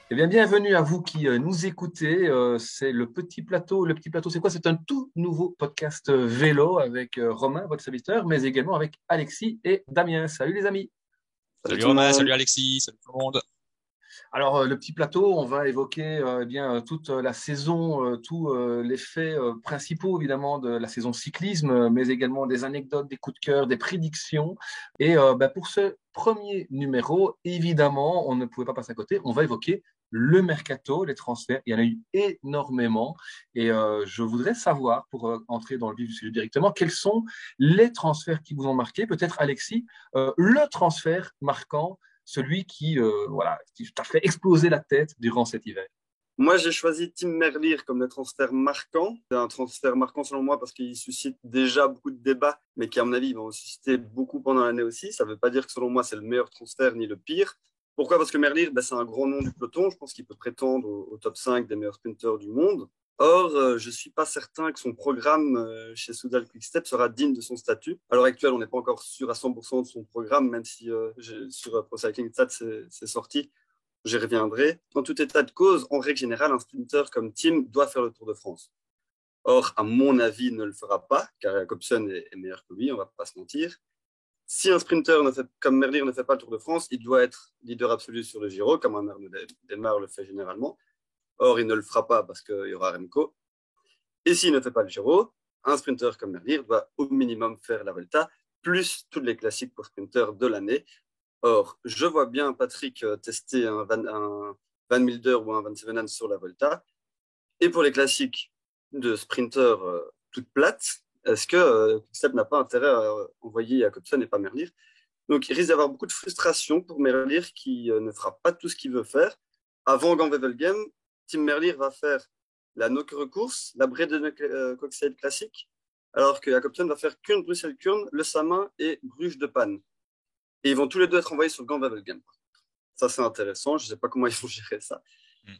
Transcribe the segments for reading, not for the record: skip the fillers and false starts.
Eh bien, bienvenue à vous qui nous écoutez. C'est le Petit Plateau. Le Petit Plateau, c'est quoi? C'est un tout nouveau podcast vélo avec Romain, votre serviteur, mais également avec Alexis et Damien. Salut les amis. Salut Salut tout le Romain, salut monde. Alexis, salut tout le monde. Alors, le Petit Plateau, on va évoquer toute la saison, tous les faits principaux évidemment de la saison cyclisme, mais également des anecdotes, des coups de cœur, des prédictions. Et pour ce premier numéro, évidemment, on ne pouvait pas passer à côté. On va évoquer le mercato, les transferts. Il y en a eu énormément. Et je voudrais savoir, pour entrer dans le vif du sujet directement, quels sont les transferts qui vous ont marqué. Peut-être Alexis, le transfert marquant, celui qui t'a fait exploser la tête durant cet hiver. Moi, j'ai choisi Tim Merlier comme le transfert marquant. C'est un transfert marquant selon moi parce qu'il suscite déjà beaucoup de débats, mais qui, à mon avis, va en susciter beaucoup pendant l'année aussi. Ça ne veut pas dire que selon moi, c'est le meilleur transfert ni le pire. Pourquoi? Parce que Merlier, c'est un grand nom du peloton. Je pense qu'il peut prétendre au top 5 des meilleurs sprinteurs du monde. Or, je ne suis pas certain que son programme chez Soudal Quickstep sera digne de son statut. À l'heure actuelle, on n'est pas encore sûr à 100% de son programme, même si sur Pro Cycling Stats, c'est sorti. J'y reviendrai. En tout état de cause, en règle générale, un sprinter comme Tim doit faire le Tour de France. Or, à mon avis, il ne le fera pas, car Jacobsen est meilleur que lui, on ne va pas se mentir. Si un sprinter comme Merlier ne fait pas le Tour de France, il doit être leader absolu sur le Giro, comme un Arnaud Démare le fait généralement. Or, il ne le fera pas parce qu'il y aura Remco. Et s'il ne fait pas le Giro, un sprinter comme Merlier doit au minimum faire la Vuelta, plus tous les classiques pour sprinter de l'année. Or, je vois bien Patrick tester un Van Milder ou un Van Sevenant sur la Volta. Et pour les classiques de sprinter toutes plates, est-ce que Quickstep n'a pas intérêt à envoyer Jacobsen et pas Merlier? Donc, il risque d'avoir beaucoup de frustration pour Merlier qui ne fera pas tout ce qu'il veut faire. Avant Gand-Wevelgem, Tim Merlier va faire la Nokere-course, la Brede-Coxide classique, alors que Jacobsen va faire Kuurne-Bruxelles-Kuurne, le Samin et Bruges de Panne. Et ils vont tous les deux être envoyés sur Gand-Wevelgem. Ça, c'est intéressant. Je ne sais pas comment ils vont gérer ça. Mm.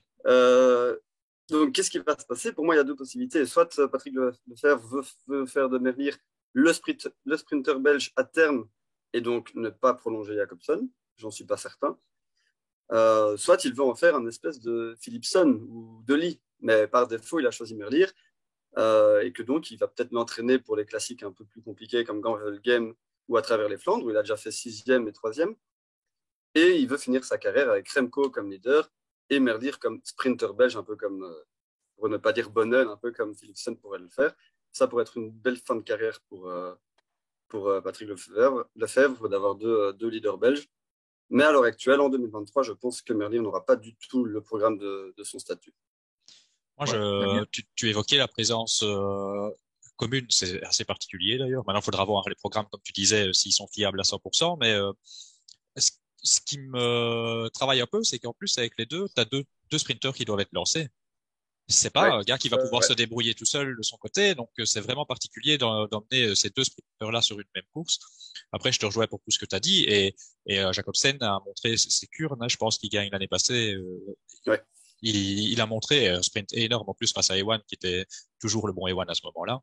Donc, qu'est-ce qui va se passer? Pour moi, il y a deux possibilités. Soit Patrick Lefevere veut faire de Merlier le sprinter belge à terme et donc ne pas prolonger Jacobsen. J'en suis pas certain. Soit il veut en faire un espèce de Philipsen ou de Lee. Mais par défaut, il a choisi Merlier. Et que donc, il va peut-être l'entraîner pour les classiques un peu plus compliqués comme Gand-Wevelgem ou à travers les Flandres, où il a déjà fait 6e et 3e. Et il veut finir sa carrière avec Remco comme leader et Merlier comme sprinter belge, un peu comme, pour ne pas dire Bonnel, un peu comme Philipsen pourrait le faire. Ça pourrait être une belle fin de carrière pour Patrick Lefevere d'avoir deux leaders belges. Mais à l'heure actuelle, en 2023, je pense que Merlier n'aura pas du tout le programme de son statut. Moi, Ouais, très bien. tu évoquais la présence commune, c'est assez particulier d'ailleurs. Maintenant, il faudra voir les programmes, comme tu disais, s'ils sont fiables à 100%. Mais ce, ce qui me travaille un peu, c'est qu'en plus, avec les deux, tu as deux sprinters qui doivent être lancés. C'est pas Ouais, un gars qui va pouvoir ouais. se débrouiller tout seul de son côté, donc c'est vraiment particulier d'emmener ces deux sprinteurs-là sur une même course. Après, je te rejoins pour tout ce que tu as dit, et Jacobsen a montré ses Kuurne, hein, je pense qu'il gagne l'année passée. Ouais. Il a montré un sprint énorme en plus face à Ewan, qui était toujours le bon Ewan à ce moment-là.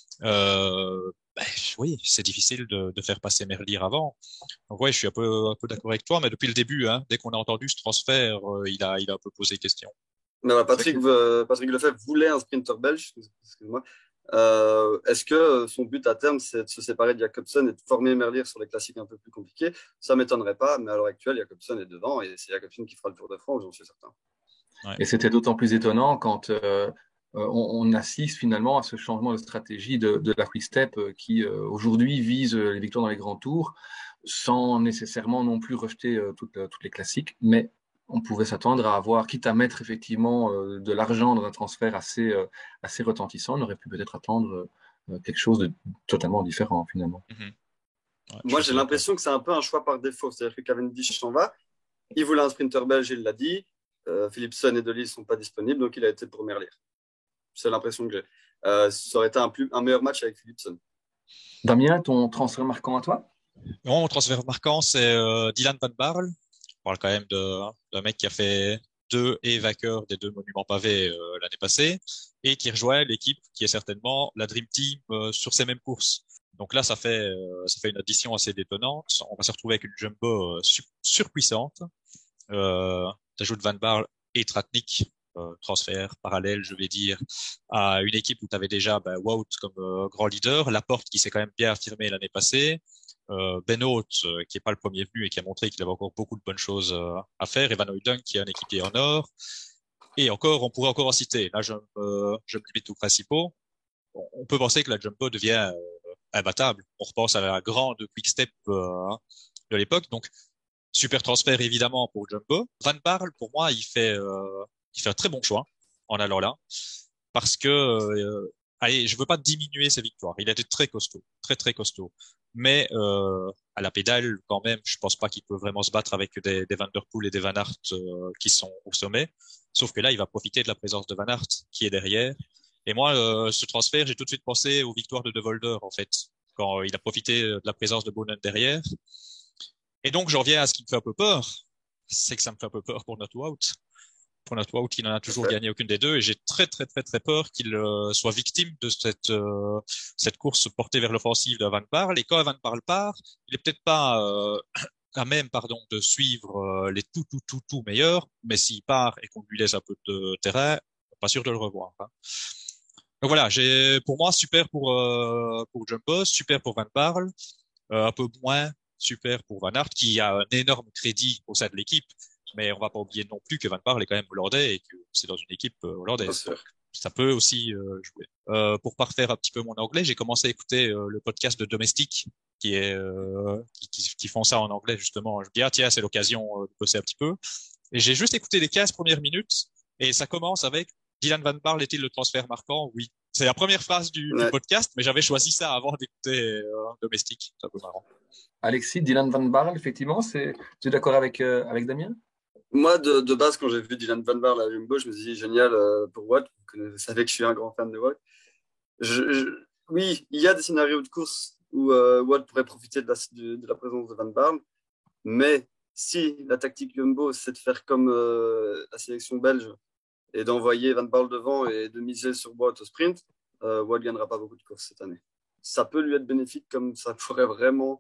Oui, c'est difficile de faire passer Merlier avant. Donc ouais, je suis un peu d'accord avec toi, mais depuis le début, hein, dès qu'on a entendu ce transfert, il a un peu posé question. Mais voilà, C'est vrai que Patrick Lefebvre voulait un sprinter belge, excuse-moi. Est-ce que son but à terme, c'est de se séparer de Jacobsen et de former Merlier sur les classiques un peu plus compliqués? Ça m'étonnerait pas, mais à l'heure actuelle, Jacobsen est devant et c'est Jacobsen qui fera le Tour de France, j'en suis certain. Ouais. Et c'était d'autant plus étonnant quand on assiste finalement à ce changement de stratégie de la Quick Step qui aujourd'hui vise les victoires dans les grands tours sans nécessairement non plus rejeter toutes les classiques, mais on pouvait s'attendre à avoir, quitte à mettre effectivement de l'argent dans un transfert assez retentissant, on aurait pu peut-être attendre quelque chose de totalement différent finalement. Mhm. Ouais, je suis Moi, j'ai assez d'accord. l'impression que c'est un peu un choix par défaut. C'est-à-dire que Cavendish s'en va, il voulait un sprinter belge, il l'a dit. Philipsen et Delis ne sont pas disponibles, donc il a été pour Merlier. C'est l'impression que j'ai. Ça aurait été un meilleur match avec Philipsen. Damien, ton transfert marquant à toi? Non, mon transfert marquant, c'est Dylan Van Baarle. On parle quand même d'un mec qui a fait deux et vainqueur des deux monuments pavés l'année passée et qui rejoint l'équipe qui est certainement la Dream Team sur ces mêmes courses. Donc là, ça fait une addition assez détonnante. On va se retrouver avec une jumbo surpuissante. T'ajoutes Van Baarle et Tratnik, transfert parallèle, je vais dire, à une équipe où tu avais déjà Wout comme grand leader, Laporte qui s'est quand même bien affirmé l'année passée, Benoît qui est pas le premier venu et qui a montré qu'il avait encore beaucoup de bonnes choses à faire, et Van Hooydonk qui est un équipier en or, et encore, on pourrait encore en citer. Là, je me limite aux principaux. On peut penser que la Jumbo devient imbattable. On repense à la grande Quick Step de l'époque, donc super transfert évidemment pour Jumbo. Van Barle, pour moi, il fait un très bon choix en allant là, parce que, allez, je veux pas diminuer ses victoires. Il a été très costaud, très très costaud. Mais à la pédale, quand même, je pense pas qu'il peut vraiment se battre avec des Van Der Poel et des Van Aert qui sont au sommet. Sauf que là, il va profiter de la présence de Van Aert qui est derrière. Et moi, ce transfert, j'ai tout de suite pensé aux victoires de Volder, en fait, quand il a profité de la présence de Boonen derrière. Et donc, j'en reviens à ce qui me fait un peu peur. C'est que ça me fait un peu peur pour notre Wout. Pour notre Wout, qui n'en a toujours gagné aucune des deux. Et j'ai très, très, très, très peur qu'il soit victime de cette course portée vers l'offensive de Van Barle. Et quand Van Barle part, il est peut-être pas à même, de suivre les tout meilleurs. Mais s'il part et qu'on lui laisse un peu de terrain, pas sûr de le revoir. Hein. Donc voilà, pour moi, super pour Jumbo, super pour Van Barle, un peu moins super pour Van Aert, qui a un énorme crédit au sein de l'équipe, mais on va pas oublier non plus que Van Barle est quand même hollandais et que c'est dans une équipe hollandaise. Donc, ça peut aussi jouer. Pour parfaire un petit peu mon anglais, j'ai commencé à écouter le podcast de Domestic, qui font ça en anglais justement. Je me dis tiens, c'est l'occasion de bosser un petit peu. Et j'ai juste écouté les 15 premières minutes et ça commence avec Dylan Van Barle est-il le transfert marquant? Oui. C'est la première phrase du podcast, mais j'avais choisi ça avant d'écouter Domestic. C'est un peu marrant. Alexis, Dylan Van Barle, effectivement, tu es d'accord avec Damien? Moi, de base, quand j'ai vu Dylan Van Barle à Jumbo, je me suis dit génial pour Wout. Vous savez que je suis un grand fan de Wout. Oui, il y a des scénarios de course où Wout pourrait profiter de la présence de Van Barle, mais si la tactique Jumbo, c'est de faire comme la sélection belge et d'envoyer Van Barle devant et de miser sur Wout au sprint, Wout ne gagnera pas beaucoup de courses cette année. Ça peut lui être bénéfique comme ça pourrait vraiment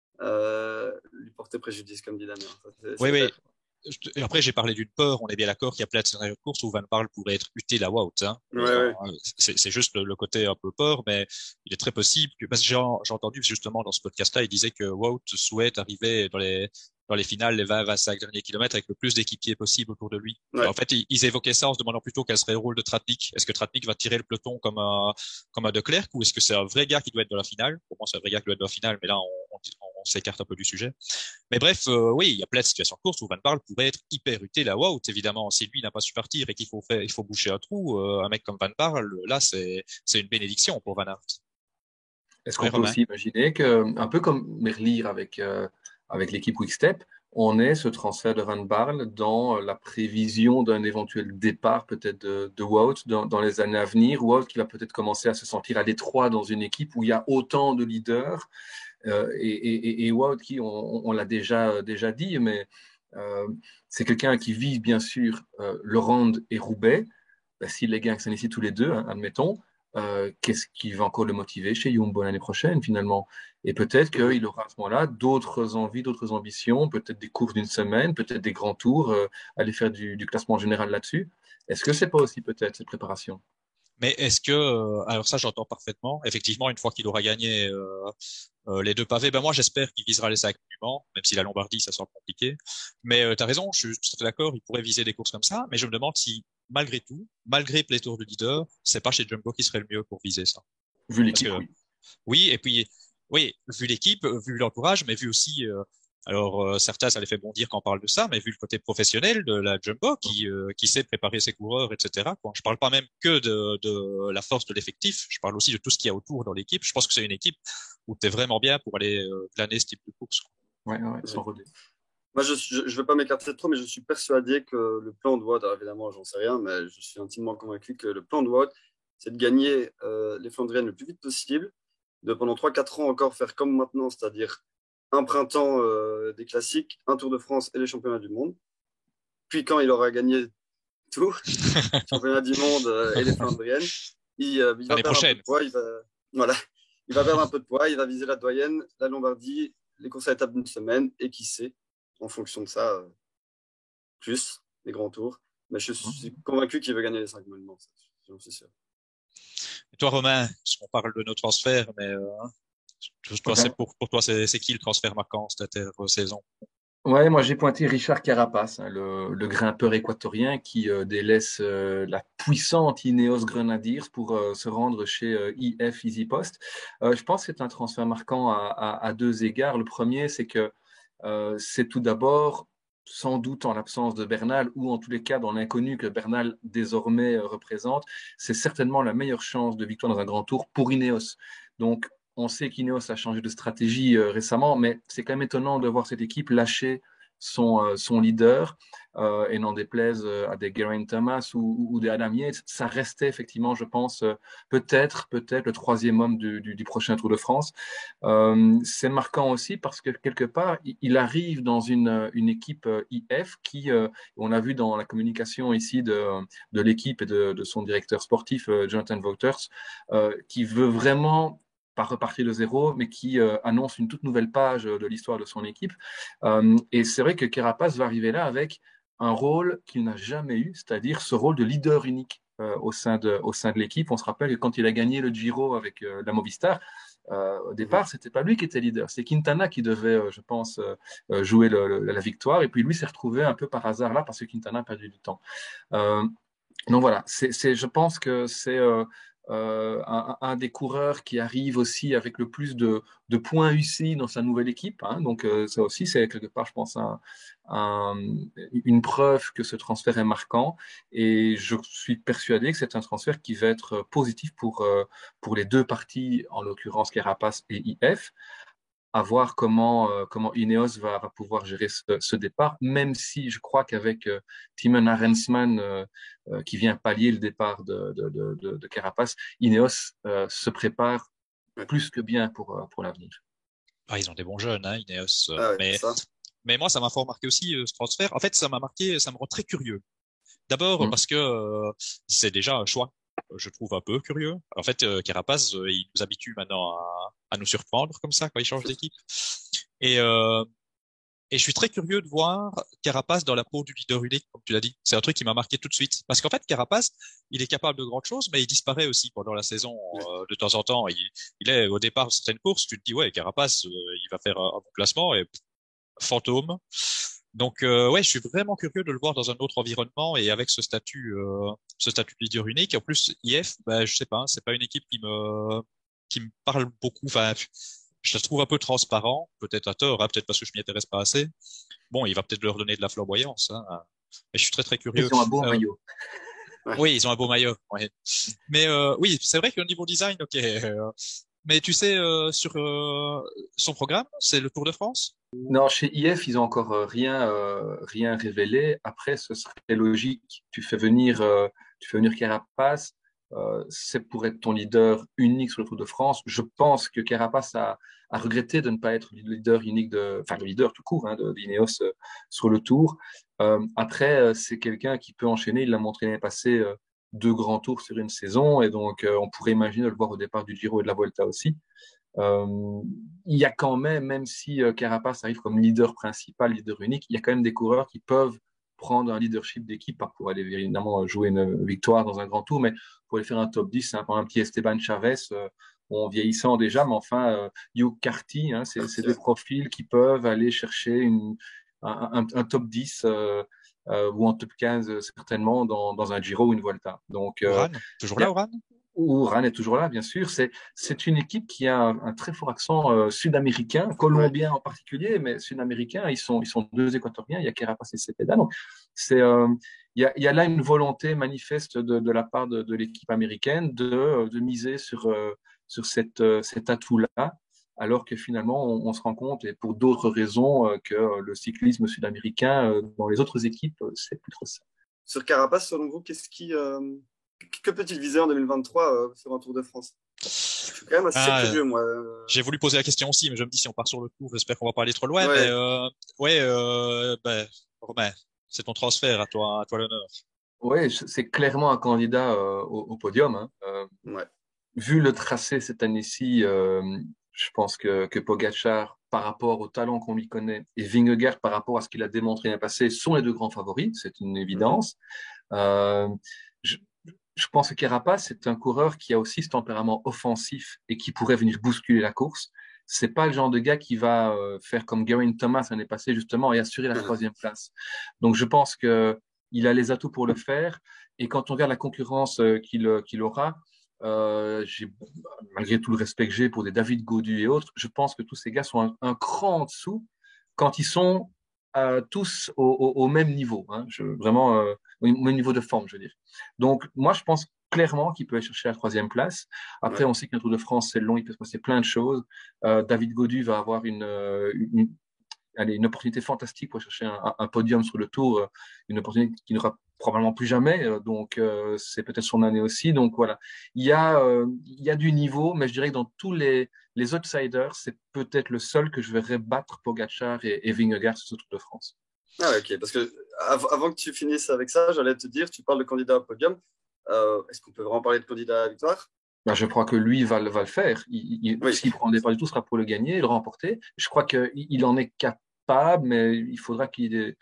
lui porter préjudice, comme dit Damien. Oui. Et après, j'ai parlé d'une peur. On est bien d'accord qu'il y a plein de scénarios de course où Van Barle pourrait être utile à Wout. Hein. Ouais. C'est juste le côté un peu peur, mais il est très possible que, parce que j'ai entendu justement dans ce podcast-là, il disait que Wout souhaite arriver dans les finales, les 20-25 derniers kilomètres avec le plus d'équipiers possible autour de lui. Ouais. En fait, ils évoquaient ça en se demandant plutôt quel serait le rôle de Tratnik. Est-ce que Tratnik va tirer le peloton comme un De Klerk, ou est-ce que c'est un vrai gars qui doit être dans la finale? Pour moi, c'est un vrai gars qui doit être dans la finale, mais là, on s'écarte un peu du sujet. Mais bref, oui, il y a plein de situations de course où Van Barle pourrait être hyper utile à Wout, évidemment. Si lui n'a pas su partir et qu'il faut boucher un trou, un mec comme Van Barle, là, c'est une bénédiction pour Van Aert. Est-ce qu'on peut aussi imaginer que, un peu comme Merlier avec l'équipe Quick-Step, on ait ce transfert de Van Barle dans la prévision d'un éventuel départ peut-être de Wout dans les années à venir, Wout qui va peut-être commencer à se sentir à l'étroit dans une équipe où il y a autant de leaders, et Wout qui, on l'a déjà dit, mais c'est quelqu'un qui vise bien sûr le Ronde et Roubaix. S'il les gagne ici tous les deux, hein, admettons, qu'est-ce qui va encore le motiver chez Jumbo l'année prochaine finalement? Et peut-être qu'il aura à ce moment-là d'autres envies, d'autres ambitions, peut-être des courses d'une semaine, peut-être des grands tours, aller faire du classement général là-dessus. Est-ce que c'est pas aussi peut-être cette préparation? Mais est-ce que, alors ça j'entends parfaitement, effectivement, une fois qu'il aura gagné les deux pavés, moi j'espère qu'il visera les 5 monuments, même si la Lombardie ça semble compliqué. Mais tu as raison, je suis tout à fait d'accord, il pourrait viser des courses comme ça, mais je me demande si malgré tout, malgré pléthore de leaders, c'est pas chez Jumbo qui serait le mieux pour viser ça. Vu l'équipe, oui. Oui, et puis oui, vu l'équipe, vu l'entourage, mais vu aussi certains, ça les fait bondir quand on parle de ça, mais vu le côté professionnel de la Jumbo qui sait préparer ses coureurs, etc. Quoi. Je parle pas même que de la force de l'effectif, je parle aussi de tout ce qu'il y a autour dans l'équipe. Je pense que c'est une équipe où tu es vraiment bien pour aller glaner ce type de course. Ouais, sans redé. Moi, je veux pas m'écarter trop, mais je suis persuadé que le plan de Wout, alors évidemment, j'en sais rien, mais je suis intimement convaincu que le plan de Wout, c'est de gagner les Flandriennes le plus vite possible, de pendant 3-4 ans encore faire comme maintenant, c'est-à-dire un printemps des classiques, un Tour de France et les championnats du monde. Puis quand il aura gagné tout, championnat du monde et les Flandriennes, il va perdre un peu de poids. Il va perdre un peu de poids, il va viser la doyenne, la Lombardie, les courses à étapes d'une semaine, et qui sait, en fonction de ça, plus les grands tours. Mais je suis convaincu qu'il veut gagner les 5 monuments, j'en suis sûr. Et toi, Romain, parce qu'on parle de nos transferts, mais toi, Ouais. pour toi, c'est qui le transfert marquant cette saison? Ouais, moi j'ai pointé Richard Carapace, hein, le grimpeur équatorien qui délaisse la puissante Ineos Grenadiers pour se rendre chez IF EasyPost. Je pense que c'est un transfert marquant à deux égards. Le premier, c'est que c'est tout d'abord, sans doute en l'absence de Bernal, ou en tous les cas dans l'inconnu que Bernal désormais représente, c'est certainement la meilleure chance de victoire dans un grand tour pour Ineos. Donc, on sait qu'Ineos a changé de stratégie récemment, mais c'est quand même étonnant de voir cette équipe lâcher son leader, et n'en déplaise à des Geraint Thomas ou des Adam Yates, ça restait effectivement, je pense, peut-être le troisième homme du prochain Tour de France. C'est marquant aussi parce que quelque part, il arrive dans une équipe IF qui, on a vu dans la communication ici de l'équipe et de son directeur sportif, Jonathan Wouters, qui veut vraiment pas repartir de zéro, mais qui annonce une toute nouvelle page de l'histoire de son équipe. Et c'est vrai que Carapace va arriver là avec un rôle qu'il n'a jamais eu, c'est-à-dire ce rôle de leader unique au sein de l'équipe. On se rappelle que quand il a gagné le Giro avec la Movistar, au départ, c'était pas lui qui était leader, c'est Quintana qui devait, je pense, jouer la victoire. Et puis lui s'est retrouvé un peu par hasard là parce que Quintana a perdu du temps. Euh, donc voilà, je pense que c'est un des coureurs qui arrive aussi avec le plus de points UCI dans sa nouvelle équipe, hein. Donc ça aussi, c'est quelque part, je pense, un- une preuve que ce transfert est marquant. Et je suis persuadé que c'est un transfert qui va être positif pour les deux parties, en l'occurrence Carapace et IF, à voir comment Ineos va pouvoir gérer ce départ, même si je crois qu'avec Timon Arensman qui vient pallier le départ de Carapace, Ineos se prépare Ouais. plus que bien pour l'avenir. Ah, ils ont des bons jeunes, hein, Ineos. Ah ouais, ça. Mais moi, ça m'a fort marqué aussi ce transfert. En fait, ça m'a marqué, ça me rend très curieux. D'abord Mm. parce que c'est déjà un choix, je trouve un peu curieux. En fait, Carapace, il nous habitue maintenant à nous surprendre comme ça quand il change d'équipe. Et, euh, et je suis très curieux de voir Carapace dans la peau du leader unique, comme tu l'as dit. C'est un truc qui m'a marqué tout de suite. Parce qu'en fait, Carapace, il est capable de grandes choses, mais il disparaît aussi pendant la saison. De temps en temps, il est au départ de certaines courses, tu te dis, ouais, Carapace, il va faire un bon classement et fantôme. Donc ouais, je suis vraiment curieux de le voir dans un autre environnement et avec ce statut de leader unique. En plus, IF, bah, je sais pas, c'est pas une équipe qui me parle beaucoup. Enfin, je la trouve un peu transparent, peut-être à tort, hein, peut-être parce que je m'y intéresse pas assez. Bon, il va peut-être leur donner de la flamboyance, hein, mais je suis très très curieux. Ils ont un beau maillot. Ouais. Oui, ils ont un beau maillot. Ouais. Mais oui, c'est vrai qu'au niveau design, ok. Mais tu sais, sur son programme, c'est le Tour de France. Non, chez IF, ils ont encore rien révélé. Après, ce serait logique. Tu fais venir Carapace. C'est pour être ton leader unique sur le Tour de France. Je pense que Carapace a regretté de ne pas être le leader unique enfin le leader tout court, hein, d'Ineos sur le Tour. Après, c'est quelqu'un qui peut enchaîner. Il l'a montré l'année passée, deux grands tours sur une saison, et donc on pourrait imaginer de le voir au départ du Giro et de la Volta aussi. Euh, il y a quand même si Carapace arrive comme leader principal, leader unique, il y a quand même des coureurs qui peuvent prendre un leadership d'équipe, pas pour aller évidemment jouer une victoire dans un grand tour, mais pour aller faire un top 10, hein, un petit Esteban Chavez, bon, vieillissant déjà, mais enfin, Hugh Carty, hein, c'est des profils qui peuvent aller chercher un top 10 ou en top 15 certainement dans un Giro ou une Volta. Donc, Oran, toujours il y là, a, Oran? Ouran est toujours là, bien sûr. C'est une équipe qui a un très fort accent sud-américain, Ouais. colombien en particulier, mais sud-américain. Ils sont deux Équatoriens. Il y a Carapace et Cepeda. Donc, il y a là une volonté manifeste de la part de l'équipe américaine de miser sur cet atout-là, alors que finalement, on se rend compte, et pour d'autres raisons, que le cyclisme sud-américain dans les autres équipes, c'est plus trop ça. Sur Carapace, selon vous, que peut-il viser en 2023 sur un Tour de France? Je suis quand même assez Ah, curieux, moi. j'ai voulu poser la question aussi, mais je me dis si on part sur le Tour, j'espère qu'on va pas aller trop loin. Mais Ouais, ouais, ben, Romain, c'est ton transfert à toi l'honneur. Oui, c'est clairement un candidat au podium, hein. ouais. Vu le tracé cette année-ci, je pense que Pogacar, par rapport au talent qu'on lui connaît, et Vingegaard, par rapport à ce qu'il a démontré l'année passée, sont les deux grands favoris, c'est une Mhm. évidence. Euh, je, je pense que Carapace, c'est un coureur qui a aussi ce tempérament offensif et qui pourrait venir bousculer la course. C'est pas le genre de gars qui va faire comme Geraint Thomas l'année passée justement et assurer la troisième place. Donc je pense que il a les atouts pour le faire. Et quand on regarde la concurrence qu'il aura, malgré tout le respect que j'ai pour des David Gaudu et autres, je pense que tous ces gars sont un cran en dessous quand ils sont tous au même niveau, hein, vraiment au même niveau de forme, je veux dire. Donc, moi, je pense clairement qu'il peut aller chercher la troisième place. Après, on sait qu'un Tour de France, c'est long, il peut se passer plein de choses. David Gaudu va avoir une opportunité fantastique pour chercher un podium sur le Tour, une opportunité qu'il n'aura probablement plus jamais. Donc, c'est peut-être son année aussi. Donc, voilà. Il y a du niveau, mais je dirais que dans tous les outsiders, c'est peut-être le seul que je verrais battre Pogacar et Vingegaard sur ce Tour de France. Ah, ok, parce que avant que tu finisses avec ça, j'allais te dire, tu parles de candidat au podium. Est-ce qu'on peut vraiment parler de candidat à la victoire? Ben, je crois que lui va le faire. Oui. S'il prend le départ du tout, ce sera pour le gagner et le remporter. Je crois qu'il en est capable, mais il faudra qu'il ait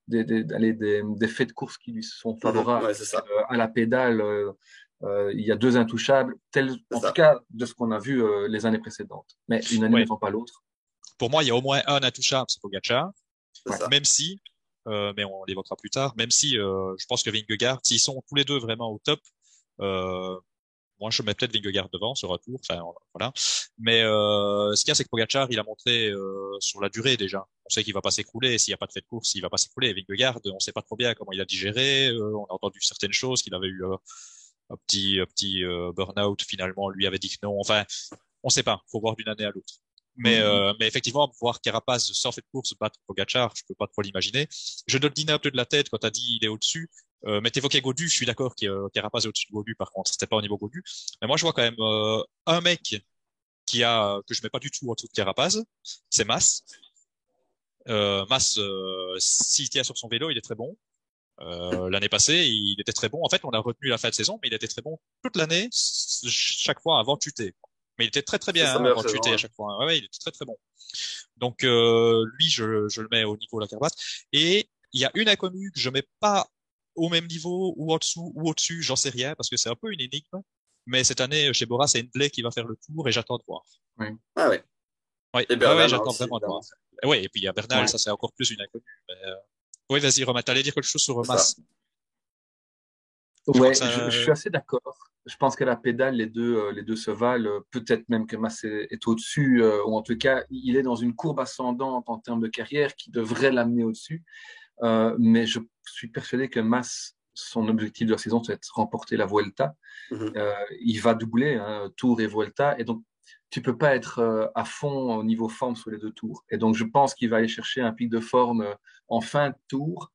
des faits de course qui lui sont favorables. Ouais, c'est ça. À la pédale, il y a deux intouchables, en tout cas de ce qu'on a vu les années précédentes. Mais une année n'étant pas l'autre. Pour moi, il y a au moins un intouchable, c'est Pogacar. C'est ça. Même si, mais on l'évoquera plus tard, même si je pense que Vingegaard, s'ils sont tous les deux vraiment au top, moi je mets peut-être Vingegaard devant sur un tour, enfin voilà. Mais ce qu'il y a, c'est que Pogacar, il a montré sur la durée déjà. On sait qu'il va pas s'écrouler. S'il n'y a pas de fait de course, il va pas s'écrouler. Vingegaard, on sait pas trop bien comment il a digéré. On a entendu certaines choses, qu'il avait eu un petit burn-out. Finalement, lui avait dit que non. Enfin, on sait pas. Faut voir d'une année à l'autre. Mais effectivement, voir Carapace sans fait de course battre Pogacar, je peux pas trop l'imaginer. Je te le dis un peu de la tête quand t'as dit il est au-dessus. Mais t'évoquais Gaudu, je suis d'accord que Carapace est au-dessus de Gaudu, par contre, c'était pas au niveau Gaudu. Mais moi, je vois quand même un mec que je mets pas du tout en dessous de Carapace, c'est Mas. Mas, s'il tient sur son vélo, il est très bon. L'année passée, il était très bon. En fait, on a retenu la fin de saison, mais il était très bon toute l'année, chaque fois avant de chuter. Mais il était très très bien avant de chuter à chaque fois. Ouais, il était très très bon. Donc lui, je le mets au niveau de la Carapace. Et il y a une inconnue que je mets pas au même niveau ou en dessous ou au-dessus, j'en sais rien parce que c'est un peu une énigme. Mais cette année, chez Bora, c'est Hindley qui va faire le tour et j'attends de voir. Oui. Ah ouais. Oui, et Bernal, j'attends vraiment de voir. Oui, et puis il y a Bernal, ça c'est encore plus une inconnue. Mais, oui, vas-y, Romain, t'allais dire quelque chose sur Mas. Ouais, je suis assez d'accord. Je pense qu'à la pédale, les deux se valent. Peut-être même que Mas est au-dessus, ou en tout cas, il est dans une courbe ascendante en termes de carrière qui devrait l'amener au-dessus. Mais je suis persuadé que Mas, son objectif de la saison, c'est de remporter la Vuelta. Il va doubler Tour et Vuelta, et donc tu peux pas être à fond au niveau forme sur les deux tours. Et donc je pense qu'il va aller chercher un pic de forme en fin de tour.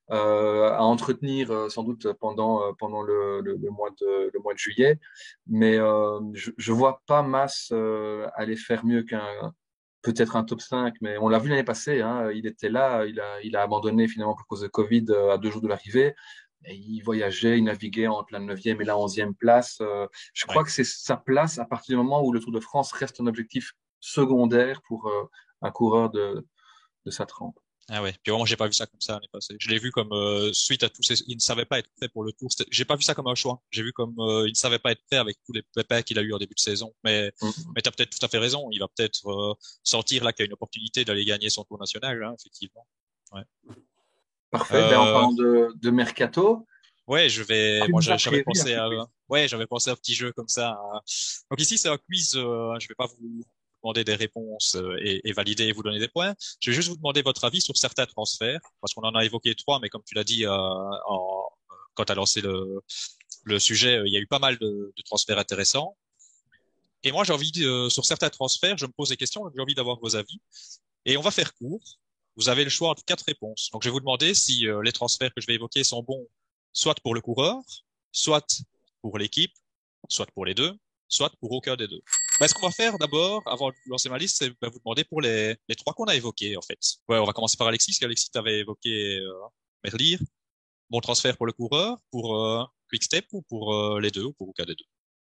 À entretenir sans doute pendant le mois de juillet, mais je vois pas Mas aller faire mieux peut-être un top 5, mais on l'a vu l'année passée, hein, il était là, il a abandonné finalement pour cause de Covid à 2 jours de l'arrivée. Et il voyageait, il naviguait entre la 9e et la 11e place. Je crois que c'est sa place à partir du moment où le Tour de France reste un objectif secondaire pour un coureur de sa trempe. Ah ouais. Puis moi, j'ai pas vu ça comme ça l'année passée. Je l'ai vu comme suite à tous ces, il ne savait pas être prêt pour le tour. J'ai pas vu ça comme un choix. J'ai vu comme il ne savait pas être prêt avec tous les pépins qu'il a eu en début de saison. Mais t'as peut-être tout à fait raison. Il va peut-être sentir là qu'il y a une opportunité d'aller gagner son tour national, hein, effectivement. Ouais. Parfait. En parlant de mercato. Ouais, j'avais pensé j'avais pensé à un petit jeu comme ça. Donc ici, c'est un quiz. Je vais pas vous demander des réponses et valider et vous donner des points. Je vais juste vous demander votre avis sur certains transferts, parce qu'on en a évoqué 3, mais comme tu l'as dit quand tu as lancé le sujet, il y a eu pas mal de transferts intéressants. Et moi, j'ai envie, sur certains transferts, je me pose des questions, j'ai envie d'avoir vos avis. Et on va faire court. Vous avez le choix entre 4 réponses. Donc, je vais vous demander si les transferts que je vais évoquer sont bons, soit pour le coureur, soit pour l'équipe, soit pour les deux, soit pour aucun des deux. Ce qu'on va faire d'abord, avant de lancer ma liste, c'est vous demander pour les 3 qu'on a évoqués, en fait. Ouais, on va commencer par Alexis, parce qu'Alexis t'avait évoqué Merlier. Bon transfert pour le coureur, pour Quick-Step ou pour les deux, ou pour aucun des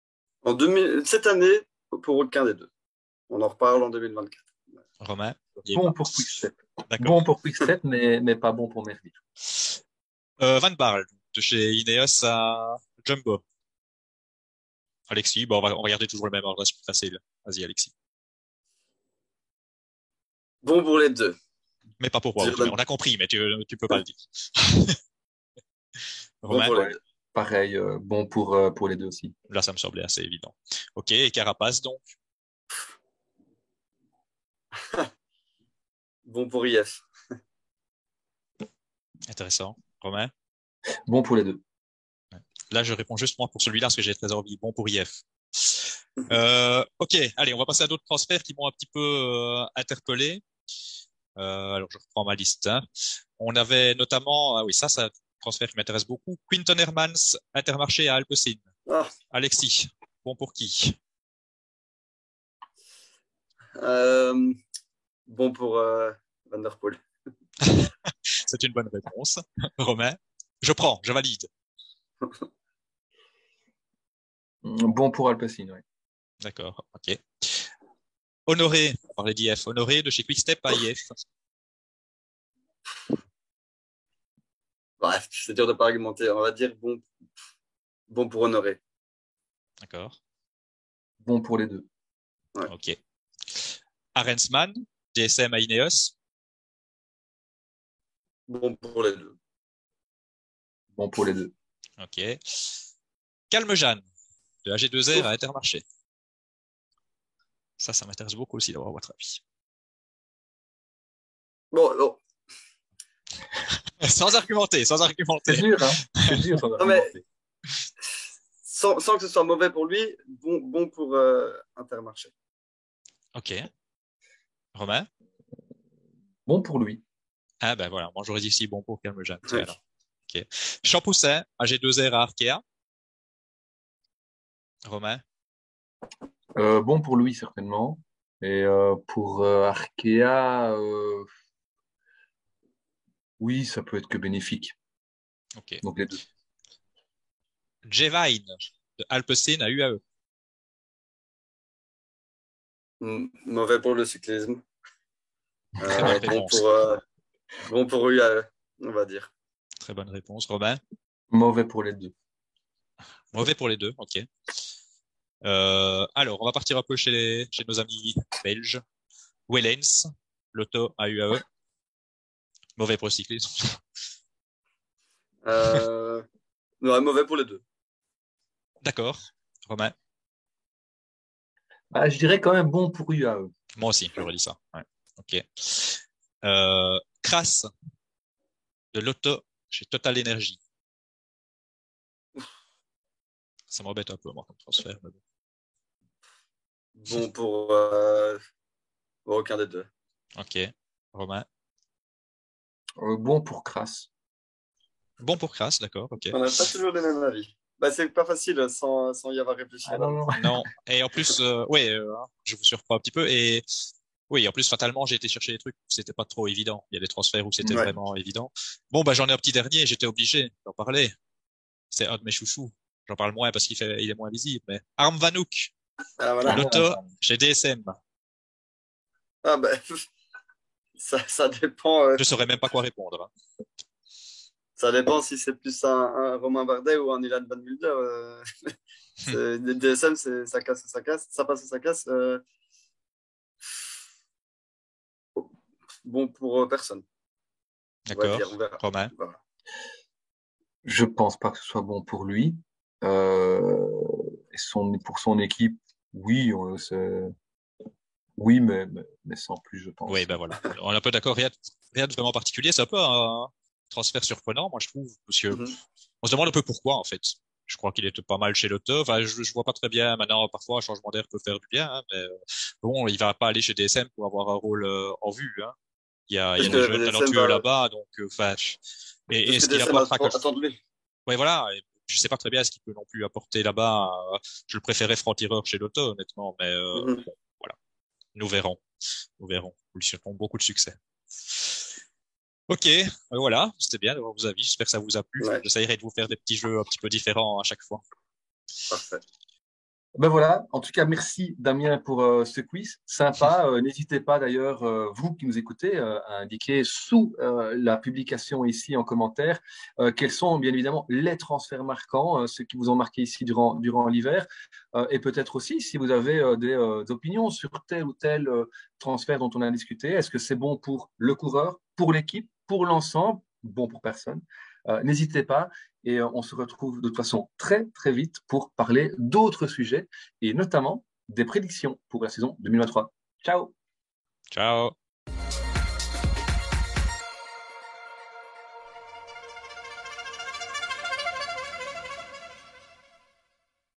deux. Cette année, pour aucun des deux. On en reparle en 2024. Romain. Bon pour Quick-Step. Bon pour Quick-Step, mais pas bon pour Merlier. Van Barle, de chez Ineos à Jumbo. Alexis, bon, on va regarder toujours le même ordre, c'est plus facile. Vas-y, Alexis. Bon pour les deux. Mais pas pour Wout, mais on a compris, mais tu peux pas le dire. Bon Romain? pour les Ouais, deux. pareil, bon pour les deux aussi. Là, ça me semblait assez évident. Ok, et Carapace, donc? Bon pour IF. Intéressant. Romain? Bon pour les deux. Là, je réponds juste moi pour celui-là, parce que j'ai très envie. Bon pour IF. Ok, allez, on va passer à d'autres transferts qui m'ont un petit peu interpellé. Alors, je reprends ma liste. Hein. On avait notamment, ah oui, ça, c'est un transfert qui m'intéresse beaucoup. Quinton Hermans, Intermarché à Alpecin. Ah, Alexis, bon pour qui? bon pour Van der Poel. C'est une bonne réponse. Romain, je prends, je valide. Bon pour Alpecin, oui. D'accord, ok. Honoré, on parlait d'IF. Honoré de chez Quickstep à IF. Bref, c'est dur de pas argumenter. On va dire bon pour Honoré. D'accord, Bon pour les deux. Ouais. ok. Arensman, DSM à Ineos. Bon pour les deux. Bon pour les deux. Ok. Calme-Jeanne, de AG2R à Intermarché. Ça m'intéresse beaucoup aussi d'avoir votre avis. Bon. Sans argumenter, sans C'est argumenter. dur, hein? C'est dur. Non, mais sans que ce soit mauvais pour lui, bon pour Intermarché. Ok. Romain? Bon pour lui. Ah ben voilà, moi j'aurais dit si bon pour Calme-Jeanne. Ouais. Ok. Champoussin, AG2R à Arkea. Romain? Bon pour lui, certainement. Et pour Arkea, oui, ça peut être que bénéfique. Ok. Donc les deux. Jevine, de Alpecin à UAE. Mauvais pour le cyclisme. Très bonne réponse. Bon pour UAE, on va dire. Très bonne réponse. Romain? Mauvais pour les deux. Mauvais pour les deux, ok. Alors, on va partir un peu chez nos amis belges. Wellens, Lotto à UAE. Mauvais pour le cyclisme. Ouais, mauvais pour les deux. D'accord. Romain? Je dirais quand même bon pour UAE. Moi aussi, j'aurais dit ça. Ouais. Ok. Kras, de Lotto chez Total Energy. Ça m'embête un peu, moi, comme transfert. Mais bon. Bon pour aucun des deux. Ok. Romain? Bon pour Kras. Bon pour Kras, d'accord, ok. On n'a pas toujours les mêmes avis. Bah, c'est pas facile sans y avoir réfléchi. Non. Non. Et en plus, ouais, je vous surprends un petit peu. Et oui, en plus, fatalement, j'ai été chercher des trucs où c'était pas trop évident. Il y a des transferts où c'était Ouais. vraiment évident. Bon, bah, j'en ai un petit dernier, j'étais obligé d'en parler. C'est un de mes chouchous. J'en parle moins parce il est moins visible, mais Harm Vanouk, Ah, voilà. Lotto chez DSM. Ah, bah, ça dépend. Je saurais même pas quoi répondre. Hein. Ça dépend si c'est plus un Romain Bardet ou un Ilan Van Mulder. Des DSM, ça casse ou ça casse. Ça passe ou ça casse. Bon pour personne. D'accord. On verra. Romain. Voilà. Je pense pas que ce soit bon pour lui. Et pour son équipe, oui, oui, mais sans plus, je pense. Oui, ben voilà. On est un peu d'accord. Rien de vraiment particulier. C'est un peu un transfert surprenant, moi, je trouve, parce que on se demande un peu pourquoi, en fait. Je crois qu'il était pas mal chez Lotto. Enfin, je vois pas très bien. Maintenant, parfois, un changement d'air peut faire du bien, hein, mais bon, il va pas aller chez DSM pour avoir un rôle en vue. Hein. Il y a Est-ce des que jeunes DSM talentueux là-bas, donc, enfin, et Est-ce est-ce que qu'il DSM apportera quelque attend de lui? Ouais, voilà. Et je sais pas très bien ce qu'il peut non plus apporter là-bas. Je le préférais franc-tireur chez Lotto, honnêtement, mais bon, voilà. Nous verrons. Nous verrons. Nous lui souhaitons beaucoup de succès. Ok, voilà, c'était bien d'avoir vos avis. J'espère que ça vous a plu. Ouais. J'essaierai de vous faire des petits jeux un petit peu différents à chaque fois. Parfait. Ben voilà, en tout cas, merci Damien pour ce quiz. Sympa. N'hésitez pas d'ailleurs, vous qui nous écoutez, à indiquer sous la publication ici en commentaire quels sont bien évidemment les transferts marquants, ceux qui vous ont marqué ici durant l'hiver. Et peut-être aussi si vous avez des opinions sur tel ou tel transfert dont on a discuté. Est-ce que c'est bon pour le coureur, pour l'équipe, pour l'ensemble, bon pour personne? N'hésitez pas. Et on se retrouve de toute façon très, très vite pour parler d'autres sujets et notamment des prédictions pour la saison 2023. Ciao! Ciao.